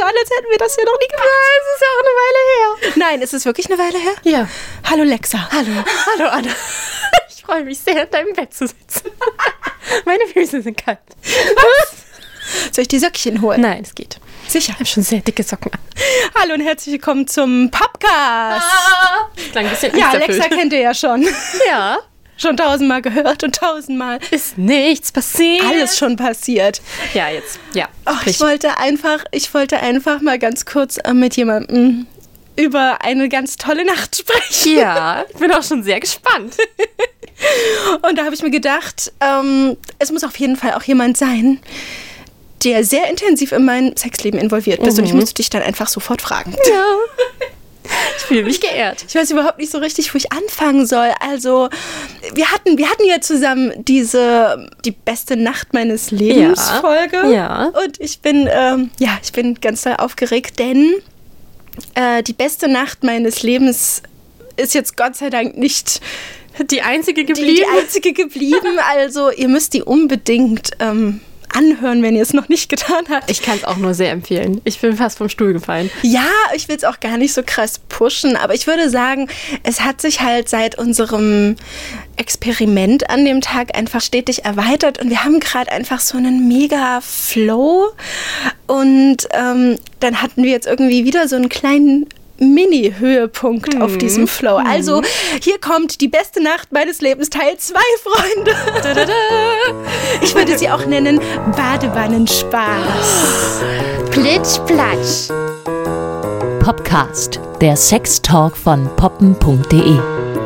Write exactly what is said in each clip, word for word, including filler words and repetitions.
so an, als hätten wir das hier noch nie gemacht. Ja, es ist ja auch eine Weile her. Nein, ist es wirklich eine Weile her? Ja. Hallo Lexa. Hallo. Hallo Anna. Ich freue mich sehr, in deinem Bett zu sitzen. Meine Füße sind kalt. Was? Soll ich die Söckchen holen? Nein, es geht. Sicher. Ich habe schon sehr dicke Socken an. Hallo und herzlich willkommen zum Podcast. Ah, klang ein bisschen ja, angsterfüllt. Lexa kennt ihr ja schon. Ja. Schon tausendmal gehört und tausendmal. Ist nichts passiert. Alles schon passiert. Ja, jetzt. Ja. Och, ich wollte einfach, ich wollte einfach mal ganz kurz äh, mit jemandem über eine ganz tolle Nacht sprechen. Ja, ich bin auch schon sehr gespannt. Und da habe ich mir gedacht, ähm, es muss auf jeden Fall auch jemand sein, der sehr intensiv in mein Sexleben involviert ist. Mhm. Und ich musste dich dann einfach sofort fragen. Ja. Ich fühle mich geehrt. Ich weiß überhaupt nicht so richtig, wo ich anfangen soll. Also, wir hatten, wir hatten ja zusammen diese die beste Nacht meines Lebens ja. Folge. Ja. Und ich bin, ähm, ja, ich bin ganz doll aufgeregt, denn äh, die beste Nacht meines Lebens ist jetzt Gott sei Dank nicht die einzige geblieben. Die, die einzige geblieben. Also, ihr müsst die unbedingt ähm, anhören, wenn ihr es noch nicht getan habt. Ich kann es auch nur sehr empfehlen. Ich bin fast vom Stuhl gefallen. Ja, ich will es auch gar nicht so krass pushen, aber ich würde sagen, es hat sich halt seit unserem Experiment an dem Tag einfach stetig erweitert und wir haben gerade einfach so einen mega Flow und ähm, dann hatten wir jetzt irgendwie wieder so einen kleinen Mini-Höhepunkt hm. auf diesem Flow. Hm. Also, hier kommt die beste Nacht meines Lebens, Teil zwei, Freunde. Da, da, da. Ich würde sie auch nennen Badewannenspaß. Plitsch, platsch. Podcast, der Sextalk von poppen punkt de.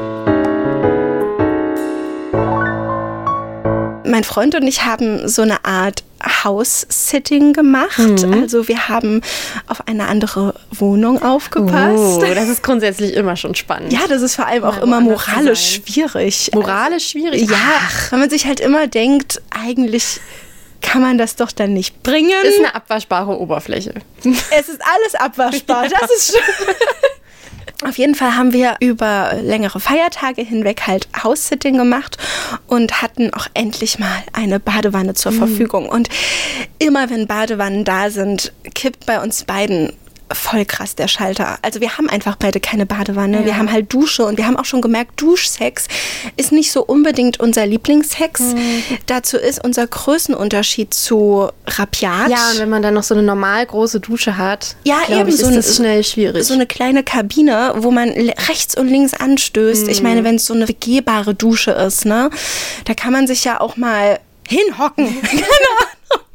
Mein Freund und ich haben so eine Art House-Sitting gemacht. Mhm. Also wir haben auf eine andere Wohnung aufgepasst. Oh, das ist grundsätzlich immer schon spannend. Ja, das ist vor allem auch immer moralisch schwierig. Moralisch schwierig? Ja, Ach. Weil man sich halt immer denkt, eigentlich kann man das doch dann nicht bringen. Ist eine abwaschbare Oberfläche. Es ist alles abwaschbar, ja. Das ist schön. Auf jeden Fall haben wir über längere Feiertage hinweg halt House-Sitting gemacht und hatten auch endlich mal eine Badewanne zur mhm. Verfügung. Und immer wenn Badewannen da sind, kippt bei uns beiden voll krass der Schalter. Also wir haben einfach beide keine Badewanne. Ja. Wir haben halt Dusche und wir haben auch schon gemerkt, Duschsex ist nicht so unbedingt unser Lieblingssex. Mhm. Dazu ist unser Größenunterschied zu rabiat. Ja, und wenn man dann noch so eine normal große Dusche hat, ja, eben ich, so ist eine, das schnell schwierig. So eine kleine Kabine, wo man rechts und links anstößt. Mhm. Ich meine, wenn es so eine begehbare Dusche ist, ne, da kann man sich ja auch mal hinhocken. Keine Ahnung.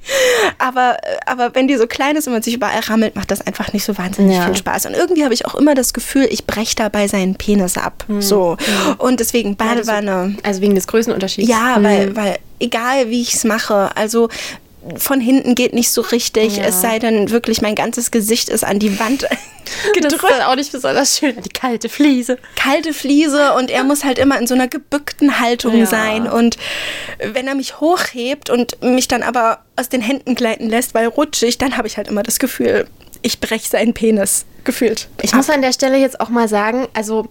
Aber, aber wenn die so klein ist und man sich überall rammelt, macht das einfach nicht so wahnsinnig ja. viel Spaß. Und irgendwie habe ich auch immer das Gefühl, ich breche dabei seinen Penis ab. Mhm. So. Und deswegen Badewanne. Also wegen des Größenunterschieds? Ja, mhm. weil, weil egal wie ich es mache, also von hinten geht nicht so richtig, ja. es sei denn wirklich, mein ganzes Gesicht ist an die Wand gedrückt. Das ist dann auch nicht besonders schön, die kalte Fliese. Kalte Fliese und er muss halt immer in so einer gebückten Haltung ja. sein und wenn er mich hochhebt und mich dann aber aus den Händen gleiten lässt, weil rutschig, dann habe ich halt immer das Gefühl, ich breche seinen Penis, gefühlt. Ich muss an der Stelle jetzt auch mal sagen, also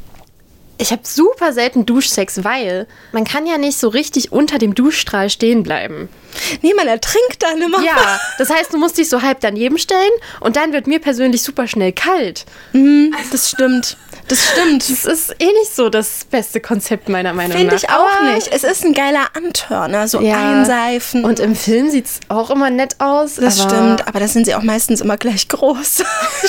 ich habe super selten Duschsex, weil man kann ja nicht so richtig unter dem Duschstrahl stehen bleiben. Nee, man ertrinkt dann immer. Ja, das heißt, du musst dich so halb daneben stellen und dann wird mir persönlich super schnell kalt. Mhm, das stimmt. Das stimmt. Das ist eh nicht so das beste Konzept meiner Meinung Find nach. Finde ich auch aber nicht. Es ist ein geiler Antörner, so ja. einseifen. Und im Film sieht es auch immer nett aus. Das aber stimmt, aber das sind sie auch meistens immer gleich groß.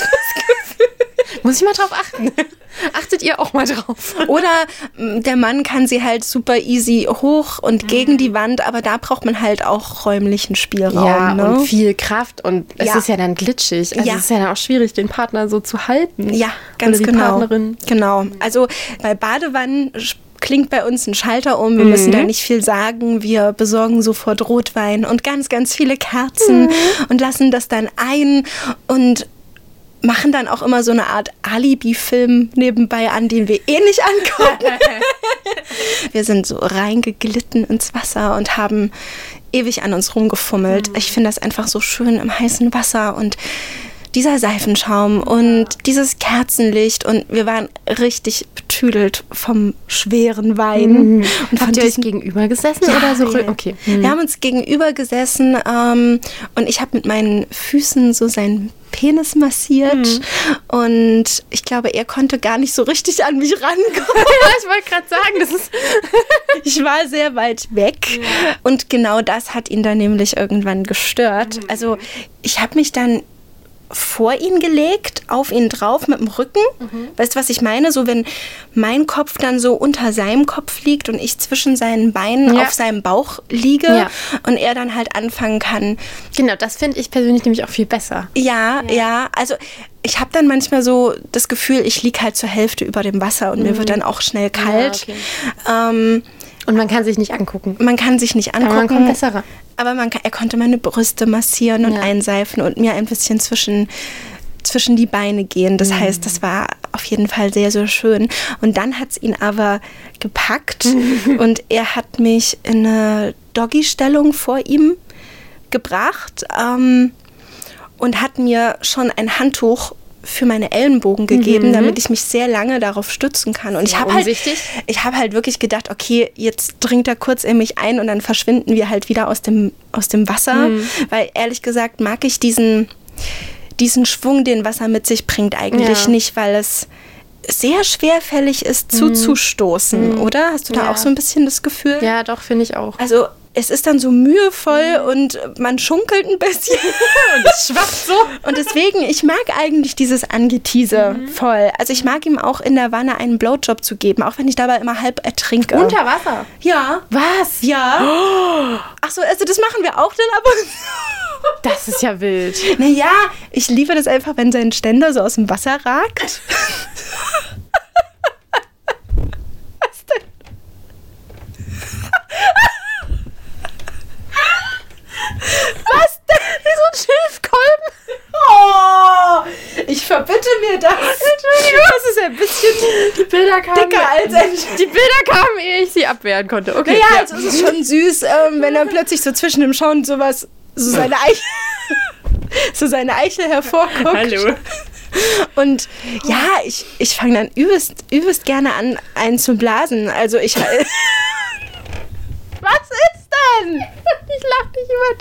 Muss ich mal drauf achten. Achtet ihr auch mal drauf. Oder der Mann kann sie halt super easy hoch und mhm. gegen die Wand, aber da braucht man halt auch räumlichen Spielraum. Ja, ne? und viel Kraft und es ja. ist ja dann glitschig. Also ja. es ist ja dann auch schwierig, den Partner so zu halten. Ja, ganz Oder die genau. Partnerin. Genau. Also bei Badewannen klingt bei uns ein Schalter um. Wir mhm. müssen da nicht viel sagen. Wir besorgen sofort Rotwein und ganz, ganz viele Kerzen mhm. und lassen das dann ein und machen dann auch immer so eine Art Alibi-Film nebenbei an, den wir eh nicht angucken. Wir sind so reingeglitten ins Wasser und haben ewig an uns rumgefummelt. Mhm. Ich finde das einfach so schön im heißen Wasser und dieser Seifenschaum und dieses Kerzenlicht und wir waren richtig betüdelt vom schweren Wein. Mhm. Und Habt ihr euch diesen- gegenüber gesessen Ja, oder so? ja. Okay. Mhm. Wir haben uns gegenüber gesessen ähm, und ich habe mit meinen Füßen so seinen Penis massiert Mhm. und ich glaube, er konnte gar nicht so richtig an mich rankommen. Ja, ich wollte gerade sagen, das ist... Ich war sehr weit weg und genau das hat ihn dann nämlich irgendwann gestört. Also ich habe mich dann vor ihn gelegt, auf ihn drauf mit dem Rücken. Weißt du, was ich meine? So, wenn mein Kopf dann so unter seinem Kopf liegt und ich zwischen seinen Beinen Ja. auf seinem Bauch liege Ja. und er dann halt anfangen kann, Genau, das finde ich persönlich nämlich auch viel besser. ja, ja, also ich habe dann manchmal so das Gefühl, ich liege halt zur Hälfte über dem Wasser und mir wird dann auch schnell kalt. okay. ähm, Und man kann sich nicht angucken. man kann sich nicht angucken. Aber man kommt besser ran. Aber man kann, er konnte meine Brüste massieren und Ja. einseifen und mir ein bisschen zwischen, zwischen die Beine gehen. Das heißt, das war auf jeden Fall sehr, sehr schön. Und dann hat es ihn aber gepackt und er hat mich in eine Doggy-Stellung vor ihm gebracht ähm, und hat mir schon ein Handtuch für meine Ellenbogen gegeben, damit ich mich sehr lange darauf stützen kann. Und ich Sehr habe halt, umsichtig. ich habe halt wirklich gedacht, okay, jetzt dringt er kurz in mich ein und dann verschwinden wir halt wieder aus dem, aus dem Wasser. Weil ehrlich gesagt mag ich diesen, diesen Schwung, den Wasser mit sich bringt, eigentlich Ja. nicht, weil es sehr schwerfällig ist, zuzustoßen, oder? Hast du da Ja. auch so ein bisschen das Gefühl? Ja, doch, finde ich auch. Also es ist dann so mühevoll und man schunkelt ein bisschen. Und es schwappt so. Und deswegen, ich mag eigentlich dieses Angetease voll. Also ich mag ihm auch in der Wanne einen Blowjob zu geben, auch wenn ich dabei immer halb ertrinke. Unter Wasser. Ja. Was? Ja. Ach so, also das machen wir auch dann aber. Das ist ja wild. Naja, ich liebe das einfach, wenn sein Ständer so aus dem Wasser ragt. Was denn? Was denn? Wie so ein Schilfkolben. Oh, ich verbitte mir das. Entschuldigung. Das ist ein bisschen Die Bilder kamen. dicker als ein... Die Bilder kamen, ehe ich sie abwehren konnte. Okay. Naja, ja. also es ist schon süß, ähm, wenn er plötzlich so zwischen dem Schauen sowas, so seine Eichel, so seine Eichel hervorguckt. Hallo. Und ja, ich, ich fange dann übelst, übelst gerne an, einen zu blasen. Also ich... Was ist denn? Ich lach nicht über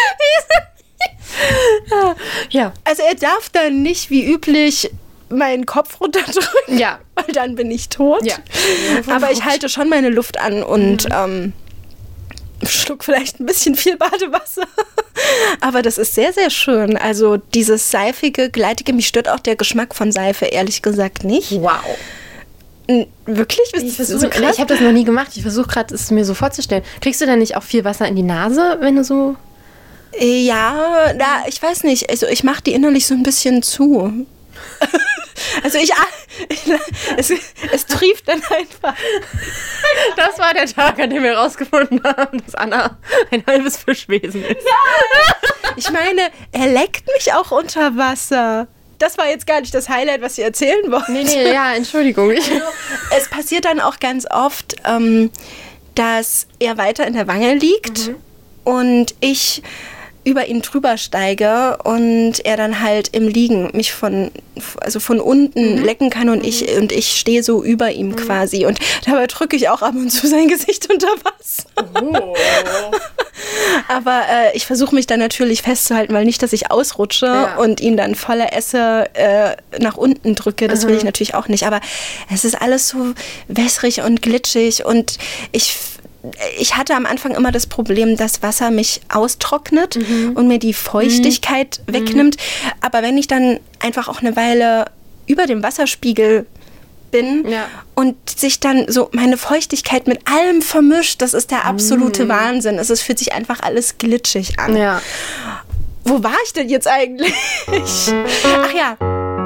dich. Ja. Also er darf dann nicht wie üblich meinen Kopf runterdrücken, Ja. weil dann bin ich tot. Ja. Aber ich halte schon meine Luft an und ähm, schluck vielleicht ein bisschen viel Badewasser. Aber das ist sehr, sehr schön. Also dieses seifige, gleitige, mich stört auch der Geschmack von Seife, ehrlich gesagt nicht. Wow. N- Wirklich? Ist Ich, das versuch, so krass? ich habe das noch nie gemacht. Ich versuche gerade, es mir so vorzustellen. Kriegst du denn nicht auch viel Wasser in die Nase, wenn du so... Ja, da, ich weiß nicht. Also ich mache die innerlich so ein bisschen zu. Also ich, ich es, es trieft dann einfach. Das war der Tag, an dem wir herausgefunden haben, dass Anna ein halbes Fischwesen ist. Ich meine, er leckt mich auch unter Wasser. Das war jetzt gar nicht das Highlight, was ihr erzählen wollt. Nee, nee, ja, Entschuldigung. Ich, Es passiert dann auch ganz oft, ähm, dass er weiter in der Wange liegt und ich über ihn drüber steige und er dann halt im Liegen mich von, also von unten lecken kann und ich, und ich stehe so über ihm quasi. Und dabei drücke ich auch ab und zu sein Gesicht unter Wasser. oh. Aber äh, ich versuche mich dann natürlich festzuhalten, weil nicht, dass ich ausrutsche Ja. und ihn dann voller Esse äh, nach unten drücke. Das will ich natürlich auch nicht. Aber es ist alles so wässrig und glitschig und ich... Ich hatte am Anfang immer das Problem, dass Wasser mich austrocknet und mir die Feuchtigkeit wegnimmt. Aber wenn ich dann einfach auch eine Weile über dem Wasserspiegel bin Ja. und sich dann so meine Feuchtigkeit mit allem vermischt, das ist der absolute Wahnsinn. Es ist, fühlt sich einfach alles glitschig an. Ja. Wo war ich denn jetzt eigentlich? Ach ja.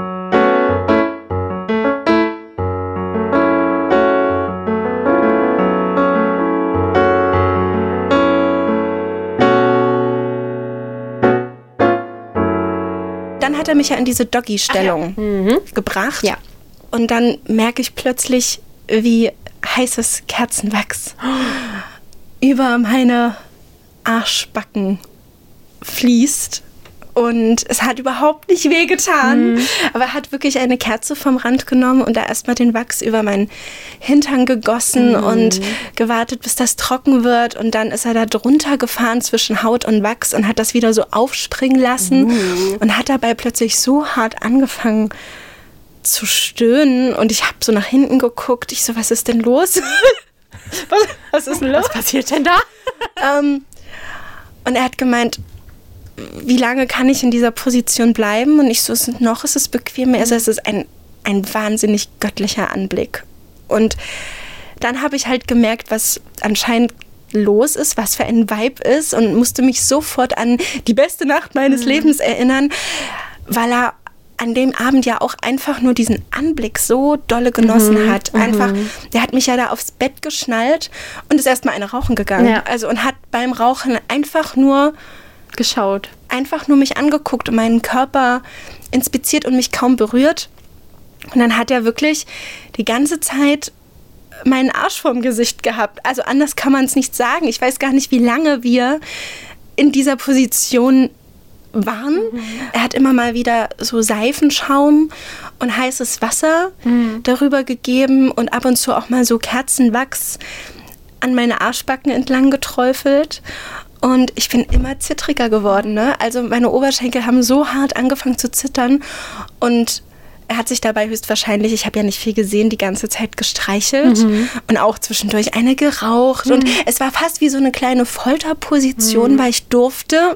Dann hat er mich ja in diese Doggy-Stellung gebracht. Ja. Und dann merke ich plötzlich, wie heißes Kerzenwachs über meine Arschbacken fließt Und es hat überhaupt nicht wehgetan. Mhm. Aber er hat wirklich eine Kerze vom Rand genommen und da erstmal den Wachs über meinen Hintern gegossen mhm. und gewartet, bis das trocken wird. Und dann ist er da drunter gefahren zwischen Haut und Wachs und hat das wieder so aufspringen lassen mhm. und hat dabei plötzlich so hart angefangen zu stöhnen. Und ich habe so nach hinten geguckt. Ich so, was ist denn los? was, was ist denn los? Was passiert denn da? ähm, und er hat gemeint, wie lange kann ich in dieser Position bleiben? Und ich so, noch ist es bequem. Also es ist ein, ein wahnsinnig göttlicher Anblick. Und dann habe ich halt gemerkt, was anscheinend los ist, was für ein Vibe ist und musste mich sofort an die beste Nacht meines mhm. Lebens erinnern, weil er an dem Abend ja auch einfach nur diesen Anblick so dolle genossen mhm. hat. Einfach, der hat mich ja da aufs Bett geschnallt und ist erstmal eine rauchen gegangen. Ja. Also und hat beim Rauchen einfach nur geschaut. Einfach nur mich angeguckt und meinen Körper inspiziert und mich kaum berührt. Und dann hat er wirklich die ganze Zeit meinen Arsch vorm Gesicht gehabt. Also anders kann man es nicht sagen. Ich weiß gar nicht, wie lange wir in dieser Position waren. Mhm. Er hat immer mal wieder so Seifenschaum und heißes Wasser mhm. darüber gegeben und ab und zu auch mal so Kerzenwachs an meine Arschbacken entlang geträufelt. Und ich bin immer zittriger geworden. Ne? Also meine Oberschenkel haben so hart angefangen zu zittern. Und er hat sich dabei höchstwahrscheinlich, ich habe ja nicht viel gesehen, die ganze Zeit gestreichelt. Mhm. Und auch zwischendurch eine geraucht. Mhm. Und es war fast wie so eine kleine Folterposition, mhm. weil ich durfte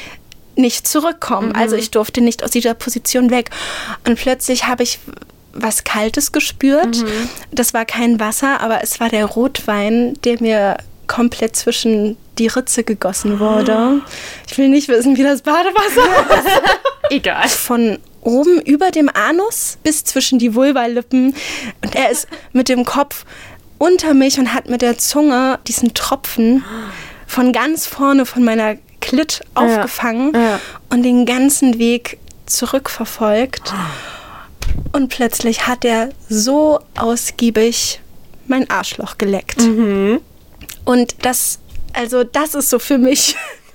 nicht zurückkommen. Mhm. Also ich durfte nicht aus dieser Position weg. Und plötzlich habe ich was Kaltes gespürt. Mhm. Das war kein Wasser, aber es war der Rotwein, der mir komplett zwischen die Ritze gegossen wurde. Ich will nicht wissen, wie das Badewasser ist. Egal. Von oben über dem Anus bis zwischen die Vulvalippen. Und er ist mit dem Kopf unter mich und hat mit der Zunge diesen Tropfen von ganz vorne von meiner Klit aufgefangen ja. Ja. und den ganzen Weg zurückverfolgt. Und plötzlich hat er so ausgiebig mein Arschloch geleckt. Mhm. Und das, also das ist so für mich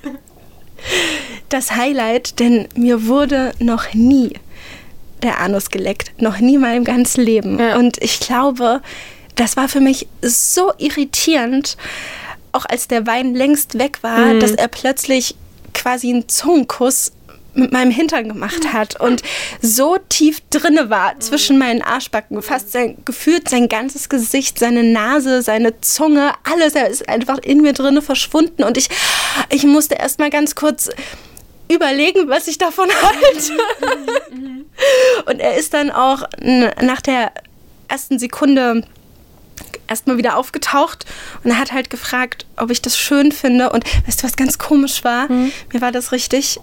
das Highlight, denn mir wurde noch nie der Anus geleckt, noch nie mal im ganzen Leben. Ja. Und ich glaube, das war für mich so irritierend, auch als der Wein längst weg war, mhm. dass er plötzlich quasi einen Zungenkuss mit meinem Hintern gemacht hat und so tief drinne war zwischen meinen Arschbacken, fast sein, gefühlt sein ganzes Gesicht, seine Nase, seine Zunge, alles, er ist einfach in mir drinne verschwunden und ich, ich musste erst mal ganz kurz überlegen, was ich davon halte. Und er ist dann auch nach der ersten Sekunde erstmal wieder aufgetaucht und er hat halt gefragt, ob ich das schön finde und weißt du, was ganz komisch war? Mhm. Mir war das richtig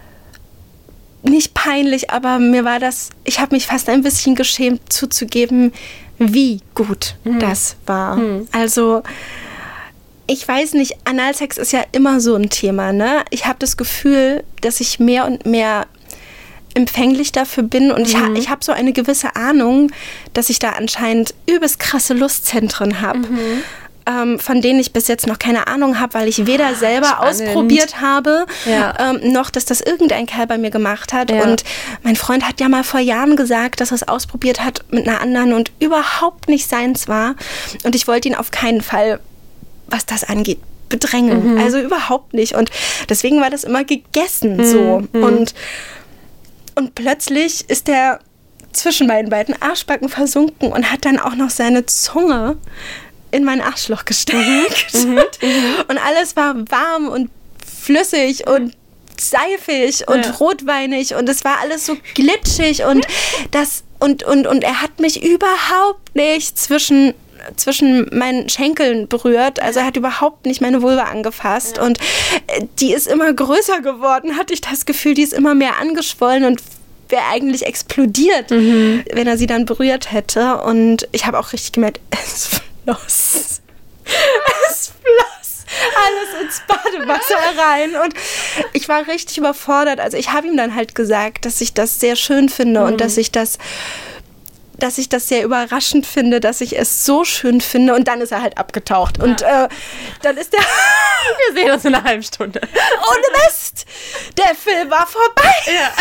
nicht peinlich, aber mir war das, ich habe mich fast ein bisschen geschämt zuzugeben, wie gut mhm. das war. Mhm. Also ich weiß nicht, Analsex ist ja immer so ein Thema, ne? Ich habe das Gefühl, dass ich mehr und mehr empfänglich dafür bin und mhm. ich, ha- ich habe so eine gewisse Ahnung, dass ich da anscheinend übelst krasse Lustzentren habe. Mhm. Ähm, von denen ich bis jetzt noch keine Ahnung habe, weil ich weder selber Spannend. ausprobiert habe, ja. ähm, noch, dass das irgendein Kerl bei mir gemacht hat. Ja. Und mein Freund hat ja mal vor Jahren gesagt, dass er es ausprobiert hat mit einer anderen und überhaupt nicht seins war. Und ich wollte ihn auf keinen Fall, was das angeht, bedrängen. Mhm. Also überhaupt nicht. Und deswegen war das immer gegessen mhm. so. Mhm. Und, und plötzlich ist der zwischen meinen beiden Arschbacken versunken und hat dann auch noch seine Zunge in mein Arschloch gesteckt. Mhm. Und, und alles war warm und flüssig und seifig und ja. rotweinig und es war alles so glitschig und das und, und, und er hat mich überhaupt nicht zwischen zwischen meinen Schenkeln berührt, also er hat überhaupt nicht meine Vulva angefasst ja. und die ist immer größer geworden, hatte ich das Gefühl, die ist immer mehr angeschwollen und wäre eigentlich explodiert, mhm. wenn er sie dann berührt hätte und ich habe auch richtig gemerkt, es floss. Es floss alles ins Badewasser rein und ich war richtig überfordert. Also ich habe ihm dann halt gesagt, dass ich das sehr schön finde mhm. und dass ich das dass ich das sehr überraschend finde, dass ich es so schön finde und dann ist er halt abgetaucht. Ja. Und äh, dann ist der... Wir sehen uns in einer halben Stunde. Ohne Mist! Der Film war vorbei! Ja.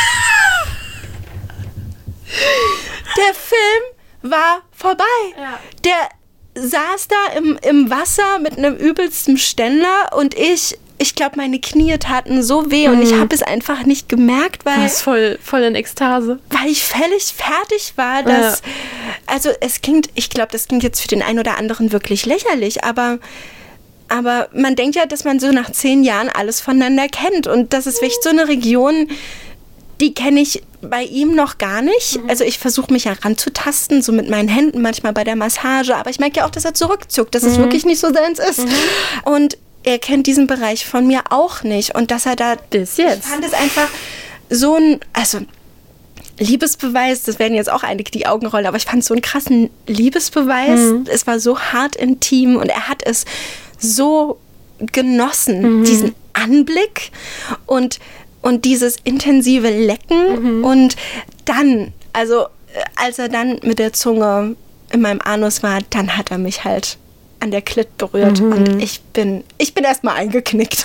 Der Film war vorbei. Ja. Der saß da im, im Wasser mit einem übelsten Ständer und ich... Ich glaube, meine Knie taten so weh und ich habe es einfach nicht gemerkt, weil... Du warst voll, voll in Ekstase. Weil ich völlig fertig war, dass... Ja. Also es klingt, ich glaube, das klingt jetzt für den einen oder anderen wirklich lächerlich, aber, aber man denkt ja, dass man so nach zehn Jahren alles voneinander kennt und das ist echt so eine Region, die kenne ich bei ihm noch gar nicht. Mhm. Also ich versuche mich ja ranzutasten, so mit meinen Händen, manchmal bei der Massage, aber ich merke ja auch, dass er zurückzuckt, dass mhm. es wirklich nicht so seins ist. Mhm. Und er kennt diesen Bereich von mir auch nicht. Und dass er da... Bis jetzt. Ich fand es einfach so ein... Also, Liebesbeweis, das werden jetzt auch einige die Augen rollen, aber ich fand es so einen krassen Liebesbeweis. Mhm. Es war so hart intim und er hat es so genossen, mhm. diesen Anblick und, und dieses intensive Lecken. Mhm. Und dann, also als er dann mit der Zunge in meinem Anus war, dann hat er mich halt an der Klit berührt mhm. und ich bin, ich bin erstmal eingeknickt.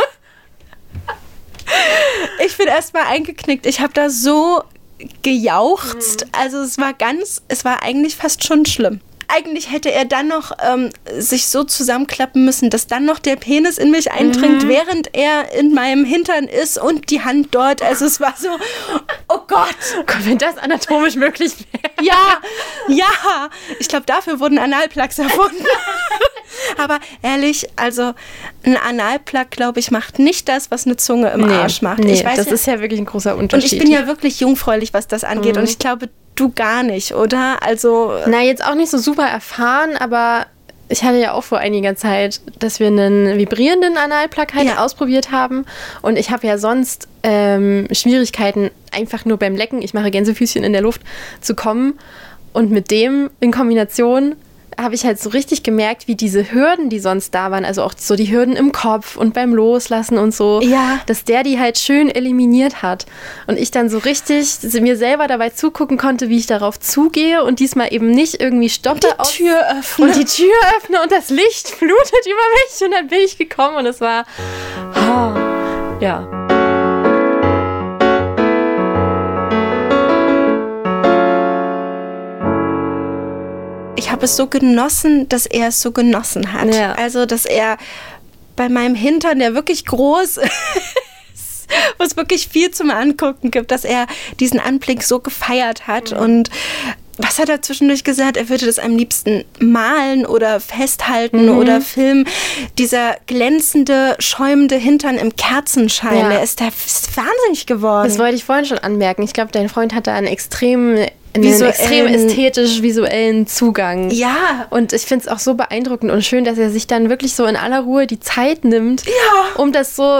ich bin erstmal eingeknickt. Ich habe da so gejauchzt. Mhm. Also es war ganz, es war eigentlich fast schon schlimm. Eigentlich hätte er dann noch ähm, sich so zusammenklappen müssen, dass dann noch der Penis in mich eindringt, mhm. während er in meinem Hintern ist und die Hand dort. Also es war so, oh Gott. Oh Gott, wenn das anatomisch möglich wäre. Ja, ja. Ich glaube, dafür wurden Analplugs erfunden. Aber ehrlich, also ein Analplug, glaube ich, macht nicht das, was eine Zunge im nee, Arsch macht. Nee, ich weiß das ja, ist ja wirklich ein großer Unterschied. Und ich bin ja wirklich jungfräulich, was das angeht. Mhm. Und ich glaube, du gar nicht, oder? Also... Na, jetzt auch nicht so super erfahren, aber ich hatte ja auch vor einiger Zeit, dass wir einen vibrierenden Analplug halt ja. ausprobiert haben. Und ich habe ja sonst ähm, Schwierigkeiten, einfach nur beim Lecken, ich mache Gänsefüßchen in der Luft, zu kommen. Und mit dem in Kombination habe ich halt so richtig gemerkt, wie diese Hürden, die sonst da waren, also auch so die Hürden im Kopf und beim Loslassen und so, ja. dass der die halt schön eliminiert hat. Und ich dann so richtig mir selber dabei zugucken konnte, wie ich darauf zugehe und diesmal eben nicht irgendwie stoppe. Die Tür öffne. Und die Tür öffne und das Licht flutet über mich und dann bin ich gekommen und es war, oh, ja. Ich habe es so genossen, dass er es so genossen hat. Ja. Also, dass er bei meinem Hintern, der wirklich groß ist, wo es wirklich viel zum Angucken gibt, dass er diesen Anblick so gefeiert hat. Mhm. Und was hat er zwischendurch gesagt? Er würde das am liebsten malen oder festhalten mhm. oder filmen. Dieser glänzende, schäumende Hintern im Kerzenschein, ja. der ist, der ist wahnsinnig geworden. Das wollte ich vorhin schon anmerken. Ich glaube, dein Freund hatte einen extremen einen extrem ästhetisch-visuellen Zugang. Ja. Und ich finde es auch so beeindruckend und schön, dass er sich dann wirklich so in aller Ruhe die Zeit nimmt, ja. um das so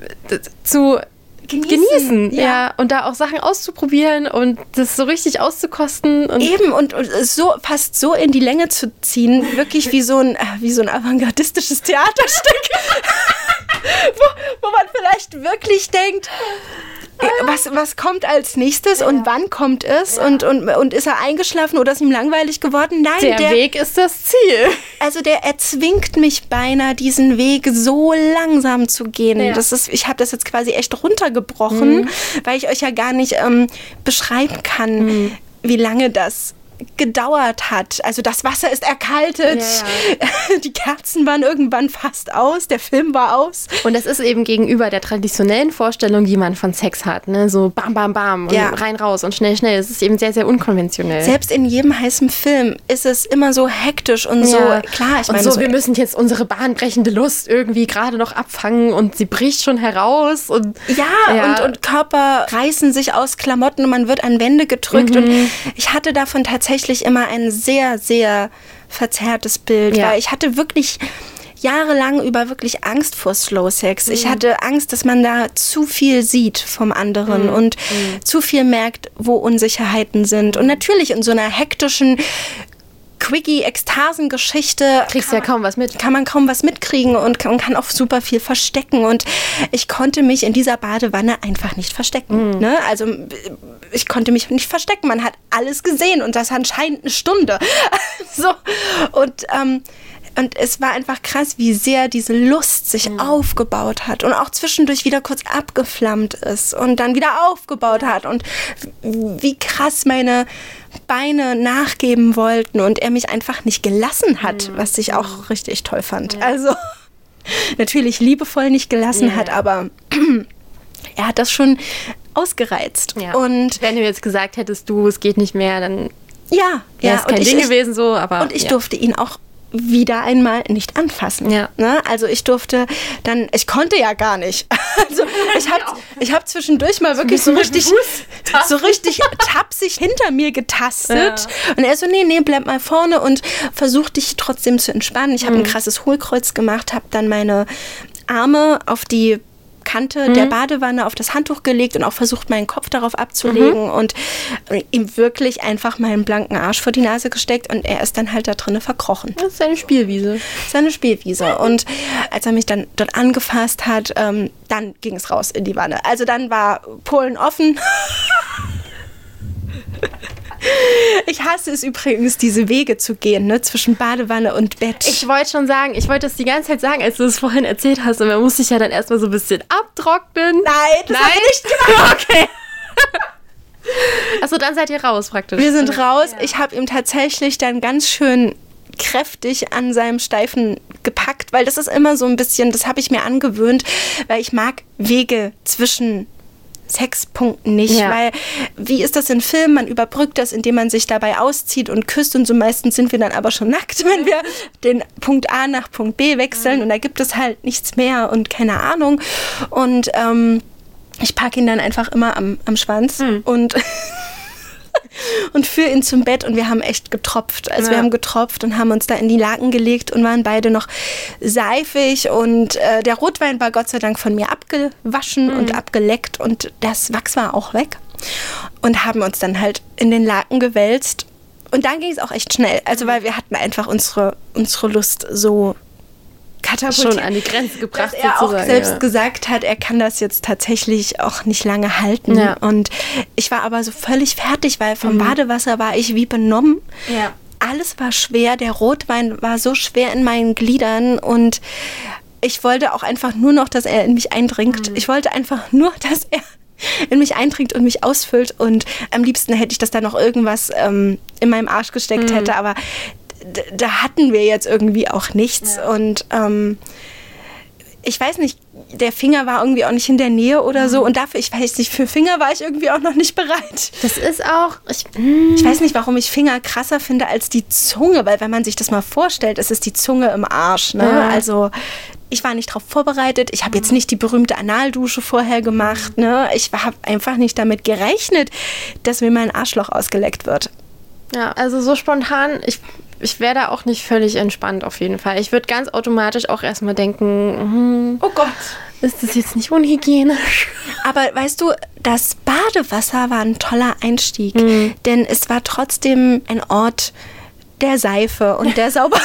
zu genießen. genießen. Ja. ja. Und da auch Sachen auszuprobieren und das so richtig auszukosten. Und Eben, und, und so fast so in die Länge zu ziehen, wirklich wie so ein, wie so ein avantgardistisches Theaterstück, wo, wo man vielleicht wirklich denkt, Was, was kommt als nächstes ja. und wann kommt es? Ja. Und, und, und ist er eingeschlafen oder ist ihm langweilig geworden? Nein, der, der Weg ist das Ziel. Also der erzwingt mich beinahe, diesen Weg so langsam zu gehen. Ja. Das ist, ich habe das jetzt quasi echt runtergebrochen, mhm. weil ich euch ja gar nicht ähm, beschreiben kann, mhm. wie lange das gedauert hat. Also das Wasser ist erkaltet, ja. die Kerzen waren irgendwann fast aus, der Film war aus. Und das ist eben gegenüber der traditionellen Vorstellung, die man von Sex hat, ne? So bam, bam, bam und ja. rein, raus und schnell, schnell. Das ist eben sehr, sehr unkonventionell. Selbst in jedem heißen Film ist es immer so hektisch und so, ja. klar. Ich und meine, so, so, wir müssen jetzt unsere bahnbrechende Lust irgendwie gerade noch abfangen und sie bricht schon heraus. Und, ja, ja. Und, und Körper reißen sich aus Klamotten und man wird an Wände gedrückt. Mhm. Und ich hatte davon tatsächlich tatsächlich immer ein sehr, sehr verzerrtes Bild, ja. weil ich hatte wirklich jahrelang über wirklich Angst vor Slow Sex. Mhm. Ich hatte Angst, dass man da zu viel sieht vom anderen mhm. und mhm. zu viel merkt, wo Unsicherheiten sind. Und natürlich in so einer hektischen Quickie-Ekstasen-Geschichte. Kriegst ja kaum was mit. Kann man kaum was mitkriegen und kann, kann auch super viel verstecken. Und ich konnte mich in dieser Badewanne einfach nicht verstecken. Mhm. Ne? Also ich konnte mich nicht verstecken. Man hat alles gesehen und das anscheinend eine Stunde. so. Und ähm, Und es war einfach krass, wie sehr diese Lust sich mhm. aufgebaut hat und auch zwischendurch wieder kurz abgeflammt ist und dann wieder aufgebaut hat und wie krass meine Beine nachgeben wollten und er mich einfach nicht gelassen hat, mhm. was ich auch richtig toll fand. Ja. Also natürlich liebevoll nicht gelassen ja. hat, aber er hat das schon ausgereizt. Ja. Und wenn du jetzt gesagt hättest, du, es geht nicht mehr, dann ja, wäre ja, es kein und Ding ich, gewesen so. Aber und ich ja. durfte ihn auch wieder einmal nicht anfassen. Ja. Ne? Also ich durfte dann, ich konnte ja gar nicht. Also ich habe ich hab zwischendurch mal wirklich so richtig, so richtig tapsig hinter mir getastet. Ja. Und er so, nee, nee, bleib mal vorne und versuch dich trotzdem zu entspannen. Ich habe mhm. ein krasses Hohlkreuz gemacht, habe dann meine Arme auf die Kante mhm. der Badewanne auf das Handtuch gelegt und auch versucht, meinen Kopf darauf abzulegen mhm. und ihm wirklich einfach meinen blanken Arsch vor die Nase gesteckt und er ist dann halt da drinnen verkrochen. Das ist seine Spielwiese. Seine Spielwiese. Und als er mich dann dort angefasst hat, ähm, dann ging es raus in die Wanne. Also dann war Polen offen. Ich hasse es übrigens, diese Wege zu gehen, ne, zwischen Badewanne und Bett. Ich wollte schon sagen, ich wollte es die ganze Zeit sagen, als du es vorhin erzählt hast. Und man muss sich ja dann erstmal so ein bisschen abtrocknen. Nein, das habe ich nicht gemacht. Okay. Achso, dann seid ihr raus praktisch. Wir sind raus. Ja. Ich habe ihm tatsächlich dann ganz schön kräftig an seinem Steifen gepackt, weil das ist immer so ein bisschen, das habe ich mir angewöhnt, weil ich mag Wege zwischen Sexpunkten nicht, ja. weil wie ist das in Filmen? Man überbrückt das, indem man sich dabei auszieht und küsst und so meistens sind wir dann aber schon nackt, wenn wir den Punkt A nach Punkt B wechseln mhm. und da gibt es halt nichts mehr und keine Ahnung und ähm, ich packe ihn dann einfach immer am, am Schwanz mhm. und und führe ihn zum Bett und wir haben echt getropft. Also ja. wir haben getropft und haben uns da in die Laken gelegt und waren beide noch seifig und äh, der Rotwein war Gott sei Dank von mir abgewaschen mhm. und abgeleckt und das Wachs war auch weg und haben uns dann halt in den Laken gewälzt und dann ging es auch echt schnell. Also weil wir hatten einfach unsere, unsere Lust so katapultiert, schon an die Grenze gebracht, dass er sozusagen, auch selbst ja. gesagt hat, er kann das jetzt tatsächlich auch nicht lange halten. Ja. Und ich war aber so völlig fertig, weil vom mhm. Badewasser war ich wie benommen. Ja. Alles war schwer, der Rotwein war so schwer in meinen Gliedern und ich wollte auch einfach nur noch, dass er in mich eindringt. Mhm. Ich wollte einfach nur, dass er in mich eindringt und mich ausfüllt und am liebsten hätte ich, dass da noch irgendwas ähm, in meinem Arsch gesteckt mhm. hätte, aber da hatten wir jetzt irgendwie auch nichts. Ja. Und ähm, ich weiß nicht, der Finger war irgendwie auch nicht in der Nähe oder mhm. so. Und dafür, ich weiß nicht, für Finger war ich irgendwie auch noch nicht bereit. Das ist auch... Ich, ich weiß nicht, warum ich Finger krasser finde als die Zunge. Weil wenn man sich das mal vorstellt, es ist die Zunge im Arsch. Ne? Ja. Also ich war nicht darauf vorbereitet. Ich habe mhm. jetzt nicht die berühmte Analdusche vorher gemacht. Ne? Ich habe einfach nicht damit gerechnet, dass mir mein Arschloch ausgeleckt wird. Ja, also so spontan... Ich Ich wäre da auch nicht völlig entspannt auf jeden Fall. Ich würde ganz automatisch auch erstmal denken, hm, oh Gott, ist das jetzt nicht unhygienisch? Aber weißt du, das Badewasser war ein toller Einstieg, mhm. denn es war trotzdem ein Ort der Seife und der Sauber...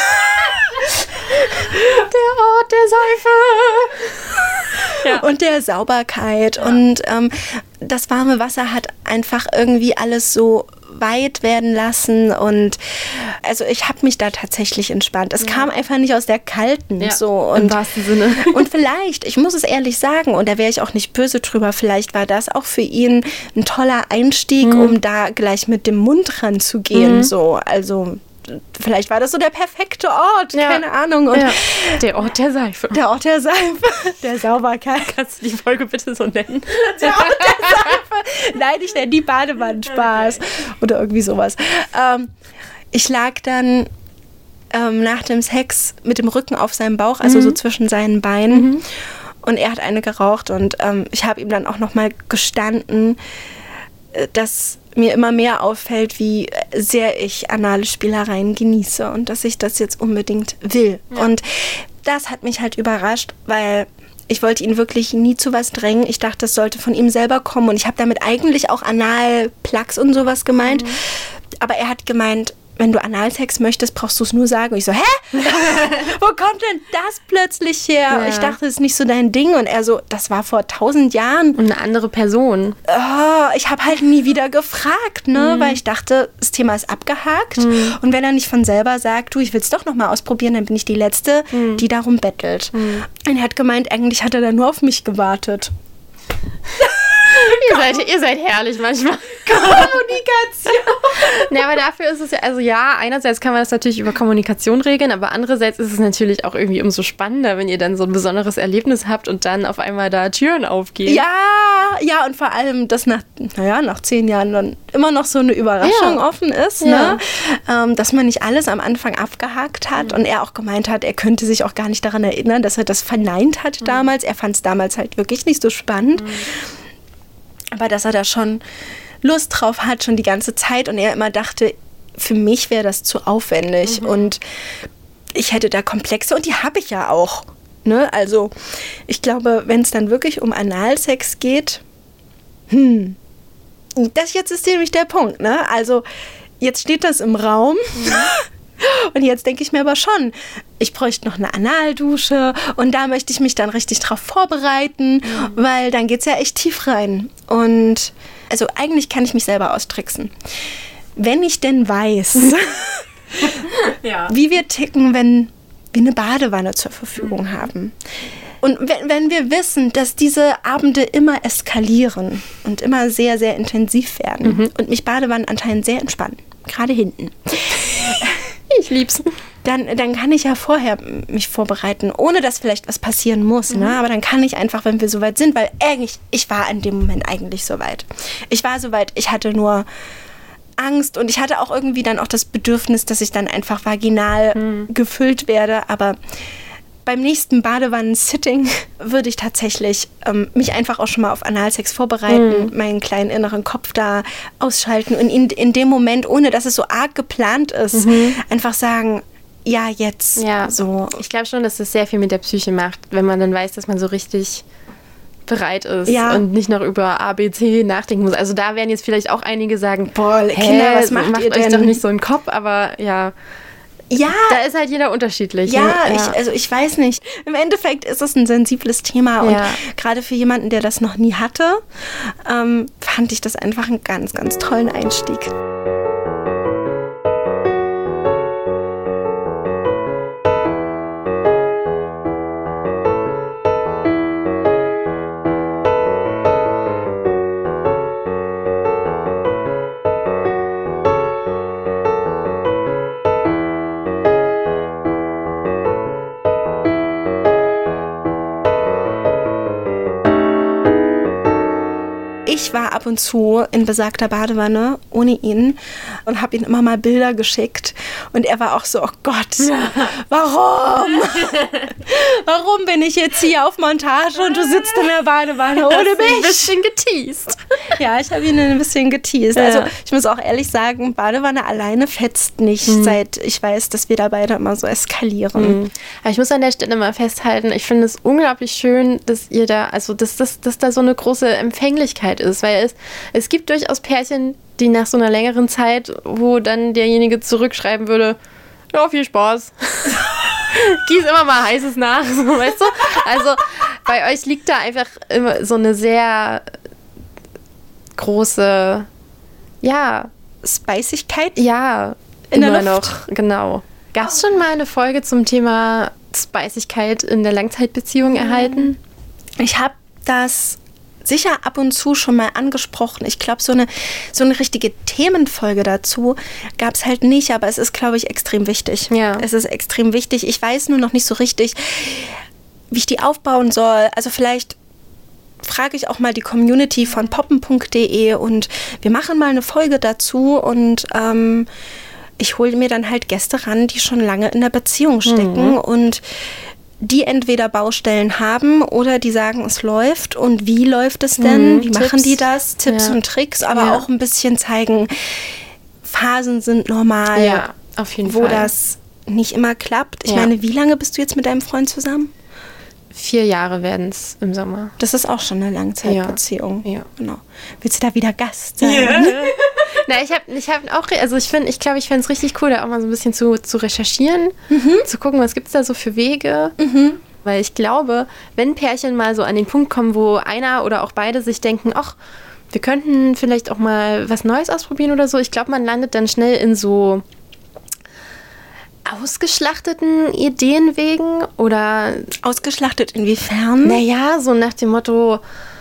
der Ort der Seife! Ja. Und der Sauberkeit. Ja. Und ähm, das warme Wasser hat einfach irgendwie alles so weit werden lassen und also ich habe mich da tatsächlich entspannt. Es ja. kam einfach nicht aus der kalten ja, so und, im wahrsten Sinne. Und vielleicht, ich muss es ehrlich sagen und da wäre ich auch nicht böse drüber, vielleicht war das auch für ihn ein toller Einstieg, mhm. um da gleich mit dem Mund ranzugehen. Mhm. So, also vielleicht war das so der perfekte Ort, ja. keine Ahnung. Und ja. Der Ort der Seife. Der Ort der Seife, der Sauberkeit. Kannst du die Folge bitte so nennen? Der Ort der Seife. Nein, ich nenne die Badewannenspaß oder irgendwie sowas. Ähm, ich lag dann ähm, nach dem Sex mit dem Rücken auf seinem Bauch, also mhm. so zwischen seinen Beinen. Mhm. Und er hat eine geraucht und ähm, ich habe ihm dann auch nochmal gestanden, dass mir immer mehr auffällt, wie sehr ich anale Spielereien genieße und dass ich das jetzt unbedingt will. Ja. Und das hat mich halt überrascht, weil ich wollte ihn wirklich nie zu was drängen. Ich dachte, das sollte von ihm selber kommen und ich habe damit eigentlich auch Analplugs und sowas gemeint. Mhm. Aber er hat gemeint, wenn du Analsex möchtest, brauchst du es nur sagen. Und ich so, hä? Wo kommt denn das plötzlich her? Ja. Ich dachte, das ist nicht so dein Ding. Und er so, das war vor tausend Jahren. Und eine andere Person. Oh, ich habe halt nie wieder gefragt, ne? Mhm. Weil ich dachte, das Thema ist abgehakt. Mhm. Und wenn er nicht von selber sagt, du, ich will es doch noch mal ausprobieren, dann bin ich die Letzte, mhm. die darum bettelt. Mhm. Und er hat gemeint, eigentlich hat er dann nur auf mich gewartet. Ihr seid, ihr seid herrlich manchmal. Kommunikation. Ja, aber dafür ist es ja, also ja, einerseits kann man das natürlich über Kommunikation regeln, aber andererseits ist es natürlich auch irgendwie umso spannender, wenn ihr dann so ein besonderes Erlebnis habt und dann auf einmal da Türen aufgehen. Ja, ja, und vor allem, dass nach, naja, nach zehn Jahren dann immer noch so eine Überraschung ja. offen ist, ja. ne? ähm, dass man nicht alles am Anfang abgehakt hat mhm. und er auch gemeint hat, er könnte sich auch gar nicht daran erinnern, dass er das verneint hat mhm. damals. Er fand es damals halt wirklich nicht so spannend. Mhm. Aber dass er da schon Lust drauf hat, schon die ganze Zeit. Und er immer dachte, für mich wäre das zu aufwendig. Mhm. Und ich hätte da Komplexe. Und die habe ich ja auch. Ne? Also ich glaube, wenn es dann wirklich um Analsex geht, hm, das jetzt ist nämlich der Punkt. Ne? Also jetzt steht das im Raum. Mhm. Und jetzt denke ich mir aber schon, ich bräuchte noch eine Analdusche und da möchte ich mich dann richtig drauf vorbereiten, mhm. weil dann geht es ja echt tief rein. Und also eigentlich kann ich mich selber austricksen. Wenn ich denn weiß, ja. wie wir ticken, wenn wir eine Badewanne zur Verfügung mhm. haben. Und wenn, wenn wir wissen, dass diese Abende immer eskalieren und immer sehr, sehr intensiv werden mhm. und mich Badewannen anscheinend sehr entspannen, gerade hinten. Ich lieb's. Dann, dann kann ich ja vorher mich vorbereiten, ohne dass vielleicht was passieren muss. Mhm. Ne? Aber dann kann ich einfach, wenn wir soweit sind, weil eigentlich, ich war in dem Moment eigentlich soweit. Ich war soweit, ich hatte nur Angst und ich hatte auch irgendwie dann auch das Bedürfnis, dass ich dann einfach vaginal mhm. gefüllt werde. Aber beim nächsten Badewannen-Sitting würde ich tatsächlich ähm, mich einfach auch schon mal auf Analsex vorbereiten, mhm. meinen kleinen inneren Kopf da ausschalten und in, in dem Moment, ohne dass es so arg geplant ist, mhm. einfach sagen, ja, jetzt. Ja, so. Ich glaube schon, dass das sehr viel mit der Psyche macht, wenn man dann weiß, dass man so richtig bereit ist ja. und nicht noch über A, B, C nachdenken muss. Also da werden jetzt vielleicht auch einige sagen, boah, Kinder, was macht, macht ihr denn? Euch doch nicht so einen Kopf, aber ja... Ja. Da ist halt jeder unterschiedlich. Ja, ja. Ich, also ich weiß nicht. Im Endeffekt ist es ein sensibles Thema und ja. gerade für jemanden, der das noch nie hatte, ähm, fand ich das einfach einen ganz, ganz tollen Einstieg. Ich war ab und zu in besagter Badewanne ohne ihn und habe ihm immer mal Bilder geschickt. Und er war auch so, oh Gott, warum? Warum bin ich jetzt hier auf Montage und du sitzt in der Badewanne ohne mich? Ein bisschen geteased. Ja, ich habe ihn ein bisschen geteased. Ja. Also ich muss auch ehrlich sagen, Badewanne alleine fetzt nicht, mhm. seit ich weiß, dass wir da beide immer so eskalieren. Mhm. Aber ich muss an der Stelle mal festhalten, ich finde es unglaublich schön, dass ihr da, also dass, dass, dass da so eine große Empfänglichkeit ist, weil es, es gibt durchaus Pärchen, die nach so einer längeren Zeit, wo dann derjenige zurückschreiben würde, ja, viel Spaß. Gieß immer mal Heißes nach, so, weißt du? Also bei euch liegt da einfach immer so eine sehr große, ja, Spicigkeit? Ja, in immer der Luft. noch, genau. Gab es schon mal eine Folge zum Thema Spicigkeit in der Langzeitbeziehung erhalten? Ich habe das sicher ab und zu schon mal angesprochen. Ich glaube, so eine, so eine richtige Themenfolge dazu gab es halt nicht, aber es ist, glaube ich, extrem wichtig. Ja. Es ist extrem wichtig. Ich weiß nur noch nicht so richtig, wie ich die aufbauen soll. Also vielleicht frage ich auch mal die Community von poppen punkt de und wir machen mal eine Folge dazu und ähm, ich hole mir dann halt Gäste ran, die schon lange in der Beziehung stecken mhm. und die entweder Baustellen haben oder die sagen, es läuft. Und wie läuft es denn? Mhm, wie machen Tipps. Die das? Tipps ja. und Tricks, aber ja. auch ein bisschen zeigen, Phasen sind normal. Ja, auf jeden wo Fall. Wo das nicht immer klappt. Ich ja. meine, wie lange bist du jetzt mit deinem Freund zusammen? Vier Jahre werden es im Sommer. Das ist auch schon eine Langzeitbeziehung. Ja. ja. Genau. Willst du da wieder Gast sein? Yeah. Na, ich habe ich hab auch, also ich finde, ich glaube, ich fände es richtig cool, da auch mal so ein bisschen zu, zu recherchieren, mhm. zu gucken, was gibt es da so für Wege. Mhm. Weil ich glaube, wenn Pärchen mal so an den Punkt kommen, wo einer oder auch beide sich denken, ach, wir könnten vielleicht auch mal was Neues ausprobieren oder so, ich glaube, man landet dann schnell in so ausgeschlachteten Ideenwegen oder... Ausgeschlachtet inwiefern? Naja, so nach dem Motto...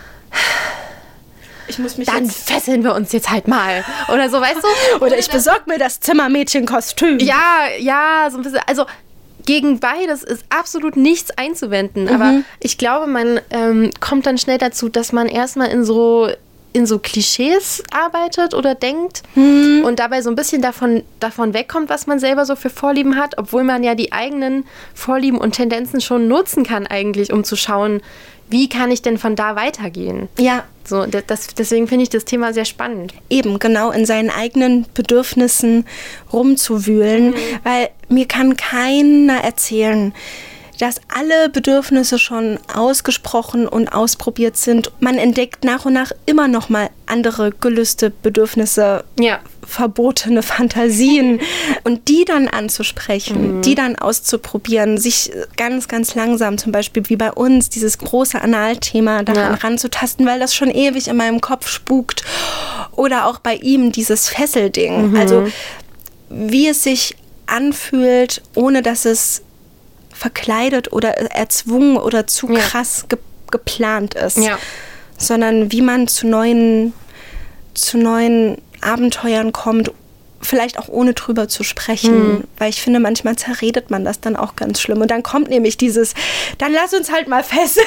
Ich muss mich dann jetzt fesseln wir uns jetzt halt mal. Oder so, weißt du? Oder, oder ich besorge mir das Zimmermädchenkostüm. Ja, ja, so ein bisschen. Also gegen beides ist absolut nichts einzuwenden. Mhm. Aber ich glaube, man ähm, kommt dann schnell dazu, dass man erstmal in so, in so Klischees arbeitet oder denkt mhm. und dabei so ein bisschen davon, davon wegkommt, was man selber so für Vorlieben hat, obwohl man ja die eigenen Vorlieben und Tendenzen schon nutzen kann eigentlich, um zu schauen, wie kann ich denn von da weitergehen? Ja. So, das, deswegen finde ich das Thema sehr spannend. Eben, genau, in seinen eigenen Bedürfnissen rumzuwühlen, mhm. weil mir kann keiner erzählen, dass alle Bedürfnisse schon ausgesprochen und ausprobiert sind. Man entdeckt nach und nach immer noch mal andere Gelüste, Bedürfnisse, ja. verbotene Fantasien und die dann anzusprechen, mhm. die dann auszuprobieren, sich ganz, ganz langsam zum Beispiel wie bei uns dieses große Analthema daran ja. ranzutasten, weil das schon ewig in meinem Kopf spukt. Oder auch bei ihm dieses Fesselding. Mhm. Also wie es sich anfühlt, ohne dass es verkleidet oder erzwungen oder zu ja. krass ge- geplant ist, ja. sondern wie man zu neuen, zu neuen Abenteuern kommt, vielleicht auch ohne drüber zu sprechen, mhm. weil ich finde, manchmal zerredet man das dann auch ganz schlimm und dann kommt nämlich dieses, dann lass uns halt mal fesseln.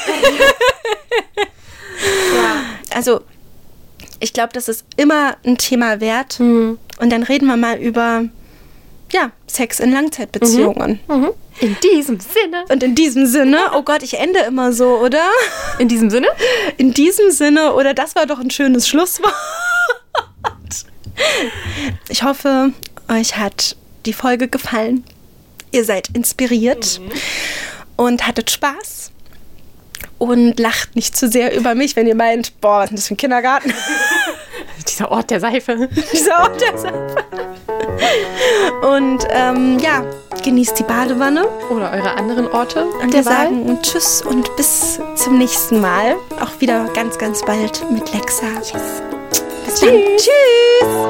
ja. Also ich glaube, das ist immer ein Thema wert mhm. und dann reden wir mal über ja, Sex in Langzeitbeziehungen. Mhm. Mhm. In diesem Sinne. Und in diesem Sinne, oh Gott, ich ende immer so, oder? In diesem Sinne? In diesem Sinne, oder das war doch ein schönes Schlusswort. Ich hoffe, euch hat die Folge gefallen. Ihr seid inspiriert mhm. und hattet Spaß. Und lacht nicht zu sehr über mich, wenn ihr meint, boah, was ist denn das für ein Kindergarten? Dieser Ort der Seife. Dieser Ort der Seife. Und ähm, ja, genießt die Badewanne. Oder eure anderen Orte. Und wir sagen Tschüss und bis zum nächsten Mal. Auch wieder ganz, ganz bald mit Lexa. Yes. Bis dann. Tschüss.